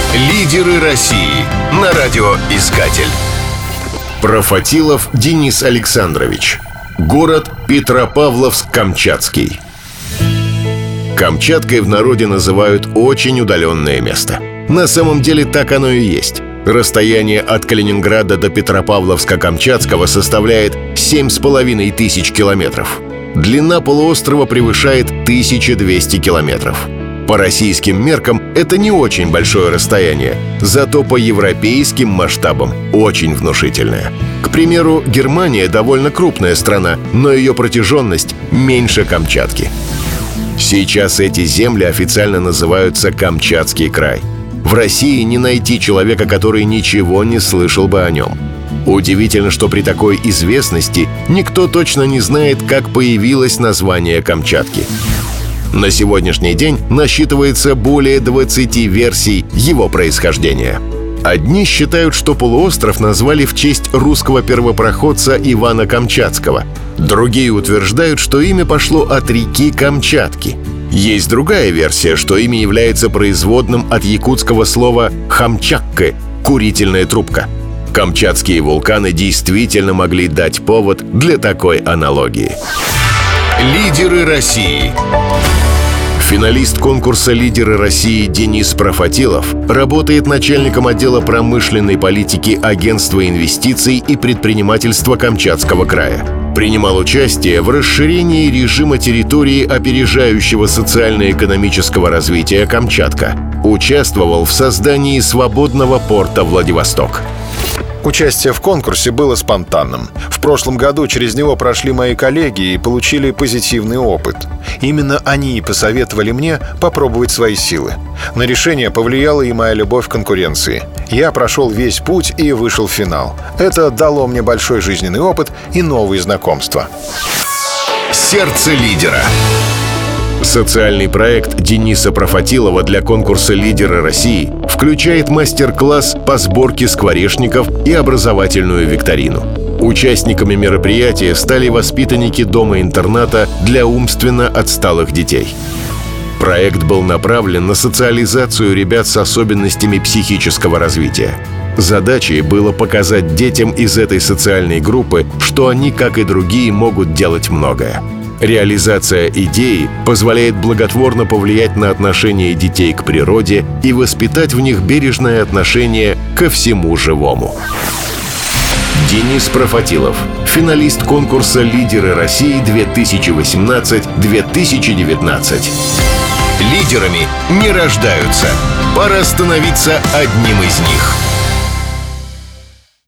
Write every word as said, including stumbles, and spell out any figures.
Лидеры России на радиоискатель. Профатилов Денис Александрович. Город Петропавловск-Камчатский. Камчаткой в народе называют очень удаленное место. На самом деле так оно и есть. Расстояние от Калининграда до Петропавловска-Камчатского составляет семь с половиной тысяч километров. Длина полуострова превышает тысячу двести километров. По российским меркам это не очень большое расстояние, зато по европейским масштабам очень внушительное. К примеру, Германия довольно крупная страна, но ее протяженность меньше Камчатки. Сейчас эти земли официально называются Камчатский край. В России не найти человека, который ничего не слышал бы о нем. Удивительно, что при такой известности никто точно не знает, как появилось название Камчатки. На сегодняшний день насчитывается более двадцати версий его происхождения. Одни считают, что полуостров назвали в честь русского первопроходца Ивана Камчатского. Другие утверждают, что имя пошло от реки Камчатки. Есть другая версия, что имя является производным от якутского слова «хамчакка» — «курительная трубка». Камчатские вулканы действительно могли дать повод для такой аналогии. Лидеры России. Финалист конкурса «Лидеры России» Денис Профатилов работает начальником отдела промышленной политики Агентства инвестиций и предпринимательства Камчатского края. Принимал участие в расширении режима территории опережающего социально-экономического развития Камчатка. Участвовал в создании свободного порта Владивосток. Участие в конкурсе было спонтанным. В прошлом году через него прошли мои коллеги и получили позитивный опыт. Именно они и посоветовали мне попробовать свои силы. На решение повлияла и моя любовь к конкуренции. Я прошел весь путь и вышел в финал. Это дало мне большой жизненный опыт и новые знакомства. Сердце лидера. Социальный проект Дениса Профатилова для конкурса «Лидеры России» включает мастер-класс по сборке скворечников и образовательную викторину. Участниками мероприятия стали воспитанники дома-интерната для умственно отсталых детей. Проект был направлен на социализацию ребят с особенностями психического развития. Задачей было показать детям из этой социальной группы, что они, как и другие, могут делать многое. Реализация идеи позволяет благотворно повлиять на отношение детей к природе и воспитать в них бережное отношение ко всему живому. Денис Профатилов, финалист конкурса «Лидеры России» две тысячи восемнадцать — две тысячи девятнадцать. Лидерами не рождаются. Пора становиться одним из них.